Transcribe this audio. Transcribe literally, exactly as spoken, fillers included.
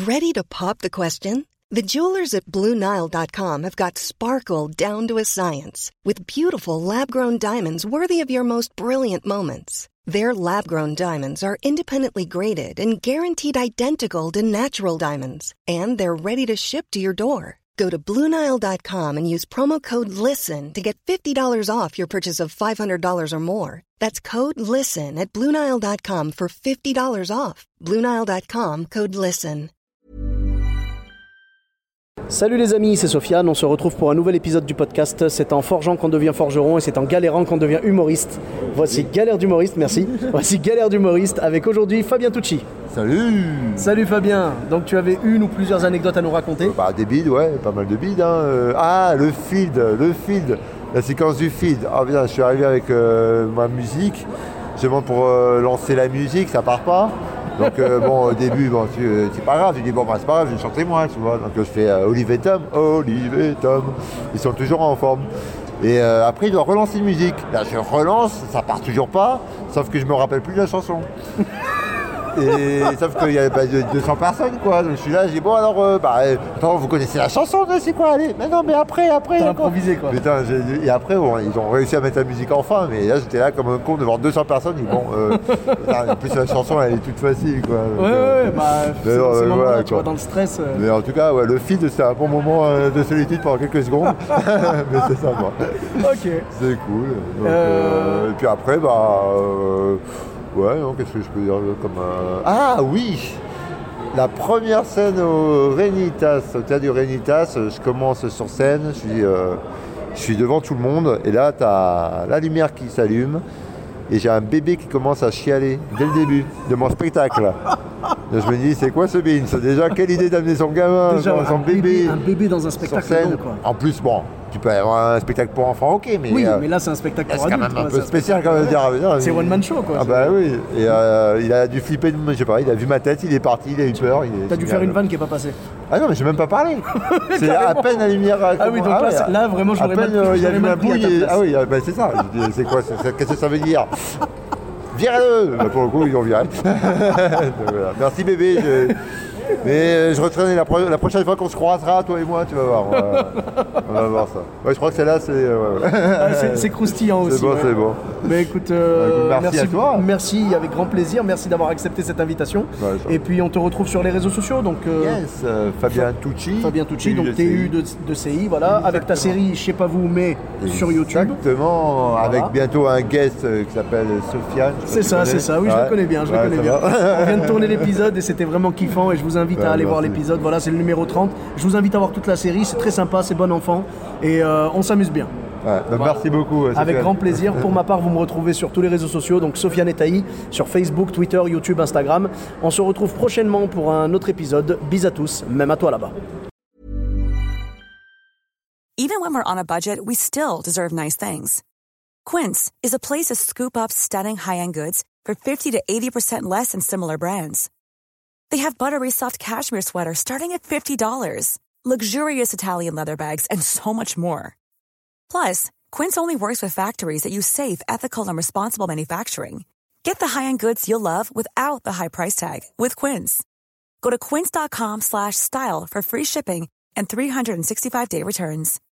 Ready to pop the question? The jewelers at Blue Nile dot com have got sparkle down to a science with beautiful lab-grown diamonds worthy of your most brilliant moments. Their lab-grown diamonds are independently graded and guaranteed identical to natural diamonds, and they're ready to ship to your door. Go to Blue Nile dot com and use promo code LISTEN to get fifty dollars off your purchase of five hundred dollars or more. That's code LISTEN at Blue Nile dot com for fifty dollars off. Blue Nile dot com, code LISTEN. Salut les amis, c'est Sofiane, on se retrouve pour un nouvel épisode du podcast. C'est en forgeant qu'on devient forgeron et c'est en galérant qu'on devient humoriste. Voici Galère d'humoriste, merci. Voici Galère d'humoriste avec aujourd'hui Fabien Tucci. Salut. Salut Fabien, donc tu avais une ou plusieurs anecdotes à nous raconter? Bah des bides, ouais, pas mal de bides. Hein. Euh, ah, le field, le field, la séquence du field. Ah bien, je suis arrivé avec euh, ma musique. Je demande pour euh, lancer la musique, ça part pas. Donc euh, bon, au début, bon, tu, euh, c'est pas grave, je dis bon, bah, c'est pas grave, je vais chanter moi, tu vois. Donc je fais euh, Olive et Tom, Olive et Tom, ils sont toujours en forme. Et euh, après, il doit relancer une musique. Là, je relance, ça part toujours pas, sauf que je me rappelle plus de la chanson. Et sauf qu'il y a bah, deux cents personnes quoi, donc je suis là, je dis bon alors, euh, bah attends, vous connaissez la chanson, c'est quoi, allez, mais non mais après, après. T'as improvisé quoi. Putain, j'ai... et après bon, ils ont réussi à mettre la musique enfin, mais là j'étais là comme un con devant deux cents personnes, je dis bon, euh, putain, en plus la chanson elle est toute facile quoi. Donc, ouais euh... ouais, bah c'est, alors, c'est euh, moment voilà, là, tu vois, dans le stress. Euh... Mais en tout cas, ouais, le feed c'est un bon moment euh, de solitude pendant quelques secondes, mais c'est ça quoi. Ok. C'est cool. Donc, euh... Euh, et puis après, bah... Euh... Ouais, non, qu'est-ce que je peux dire comme... Euh... Ah oui, la première scène au Rénitas, au théâtre du Rénitas, je commence sur scène, je suis, euh, je suis devant tout le monde, et là, t'as la lumière qui s'allume, et j'ai un bébé qui commence à chialer dès le début de mon spectacle. Et je me dis, c'est quoi ce bean? Déjà, quelle idée d'amener son gamin, Déjà, son, son un bébé, bébé, un bébé dans un spectacle sur scène. long, quoi. En plus, bon, tu peux avoir un spectacle pour enfants, ok, mais... Oui, euh, mais là, c'est un spectacle pour c'est adultes. quand même un quoi, peu spécial quand même. Dire, c'est one man show quoi. Ah bah oui, et euh, il a dû flipper, de... je sais pas, il a vu ma tête, il est parti, il a eu peur. Il est... T'as dû faire une vanne qui est pas passée. Ah non mais j'ai même pas parlé. C'est à peine la lumière. Ah oui, donc ah, là, ouais, là vraiment j'aurais mal, euh, il a vu ma bouille. Et... Ah oui, bah, c'est ça. C'est quoi, c'est... qu'est-ce que ça veut dire? Virez-le. Bah, pour le coup ils ont viré. Voilà. Merci bébé. Je... Mais je retraîne la, pro- la prochaine fois qu'on se croisera, toi et moi, tu vas voir. On va, on va voir ça. Ouais, je crois que celle-là, c'est. Euh, ouais. ah, c'est, c'est croustillant aussi. C'est bon, ouais. c'est bon. Mais écoute, euh, merci, merci à toi. Merci, avec grand plaisir. Merci d'avoir accepté cette invitation. Ouais, et puis on te retrouve sur les réseaux sociaux. Donc, euh, yes, euh, Fabien Tucci. Fabien Tucci, donc T U de, de C I, voilà. Exactement. Avec ta série, je sais pas vous, mais Exactement. Sur YouTube. Exactement, voilà. Avec bientôt un guest euh, qui s'appelle Sofiane. C'est ça, c'est ça. Oui, ouais. je le connais bien. Je ouais, le connais bien. On vient de tourner l'épisode et c'était vraiment kiffant. Et je vous invite ouais, à aller voir l'épisode. Voilà, c'est le numéro trente. Je vous invite à voir toute la série, c'est très sympa, c'est bon enfant et euh, on s'amuse bien. Ouais, bah voilà. Merci beaucoup. Avec Sofiane. Grand plaisir. Pour ma part, vous me retrouvez sur tous les réseaux sociaux, donc Sofiane Taï, sur Facebook, Twitter, YouTube, Instagram. On se retrouve prochainement pour un autre épisode. Bis à tous, même à toi là-bas. Even when we're on a budget, we still deserve nice things. Quince is a place to scoop up stunning high-end goods for fifty to eighty percent less than similar brands. They have buttery soft cashmere sweaters starting at fifty dollars, luxurious Italian leather bags, and so much more. Plus, Quince only works with factories that use safe, ethical, and responsible manufacturing. Get the high-end goods you'll love without the high price tag with Quince. Go to quince.com slash style for free shipping and three sixty-five day returns.